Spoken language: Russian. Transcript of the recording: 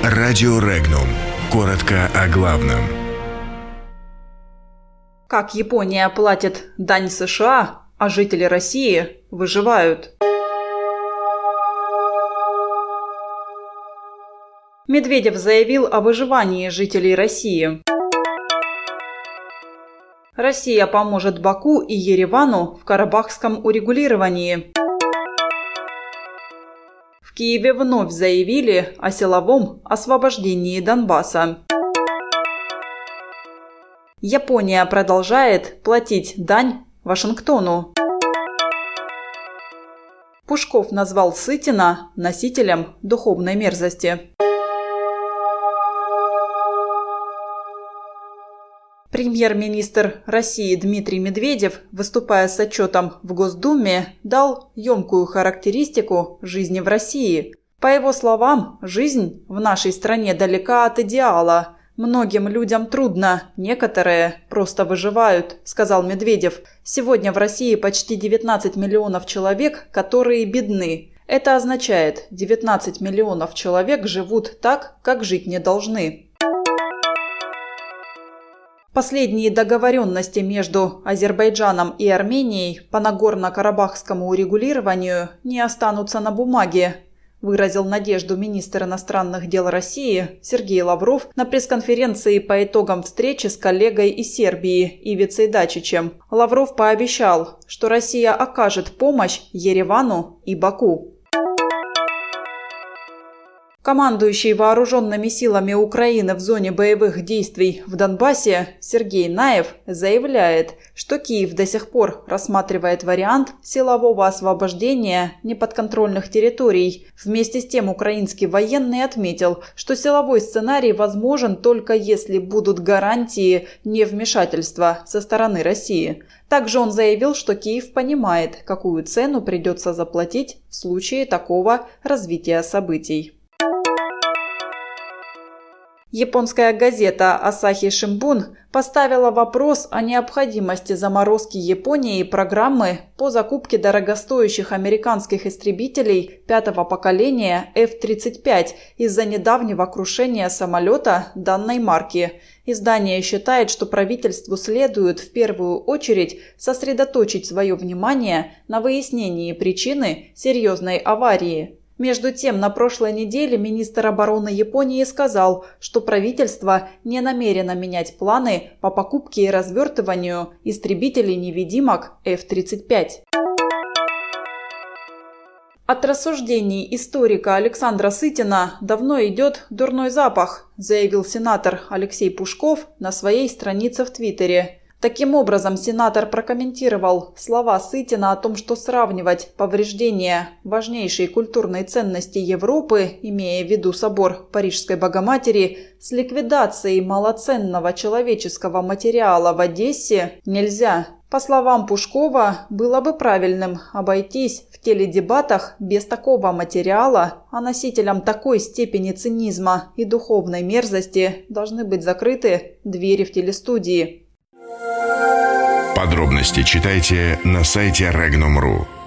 Радио Регнум. Коротко о главном. Как Япония платит дань США, а жители России выживают. Медведев заявил о выживании жителей России. Россия поможет Баку и Еревану в карабахском урегулировании. В Киеве вновь заявили о силовом освобождении Донбасса. Япония продолжает платить дань Вашингтону. Пушков назвал Сытина носителем духовной мерзости. Премьер-министр России Дмитрий Медведев, выступая с отчетом в Госдуме, дал емкую характеристику жизни в России. По его словам, жизнь в нашей стране далека от идеала. Многим людям трудно, некоторые просто выживают, сказал Медведев. Сегодня в России почти 19 миллионов человек, которые бедны. Это означает, 19 миллионов человек живут так, как жить не должны. Последние договоренности между Азербайджаном и Арменией по Нагорно-Карабахскому урегулированию не останутся на бумаге, выразил надежду министр иностранных дел России Сергей Лавров на пресс-конференции по итогам встречи с коллегой из Сербии Ивицей Дачичем. Лавров пообещал, что Россия окажет помощь Еревану и Баку. Командующий вооруженными силами Украины в зоне боевых действий в Донбассе Сергей Наев заявляет, что Киев до сих пор рассматривает вариант силового освобождения неподконтрольных территорий. Вместе с тем украинский военный отметил, что силовой сценарий возможен только если будут гарантии невмешательства со стороны России. Также он заявил, что Киев понимает, какую цену придется заплатить в случае такого развития событий. Японская газета «Асахи Шимбун» поставила вопрос о необходимости заморозки Японии программы по закупке дорогостоящих американских истребителей пятого поколения F-35 из-за недавнего крушения самолета данной марки. Издание считает, что правительству следует в первую очередь сосредоточить свое внимание на выяснении причины серьезной аварии. Между тем, на прошлой неделе министр обороны Японии сказал, что правительство не намерено менять планы по покупке и развертыванию истребителей-невидимок F-35. От рассуждений историка Александра Сытина давно идет дурной запах, заявил сенатор Алексей Пушков на своей странице в Твиттере. Таким образом, сенатор прокомментировал слова Сытина о том, что сравнивать повреждения важнейшей культурной ценности Европы, имея в виду собор Парижской Богоматери, с ликвидацией малоценного человеческого материала в Одессе нельзя. По словам Пушкова, было бы правильным обойтись в теледебатах без такого материала, а носителям такой степени цинизма и духовной мерзости должны быть закрыты двери в телестудии. Подробности читайте на сайте Regnum.ru.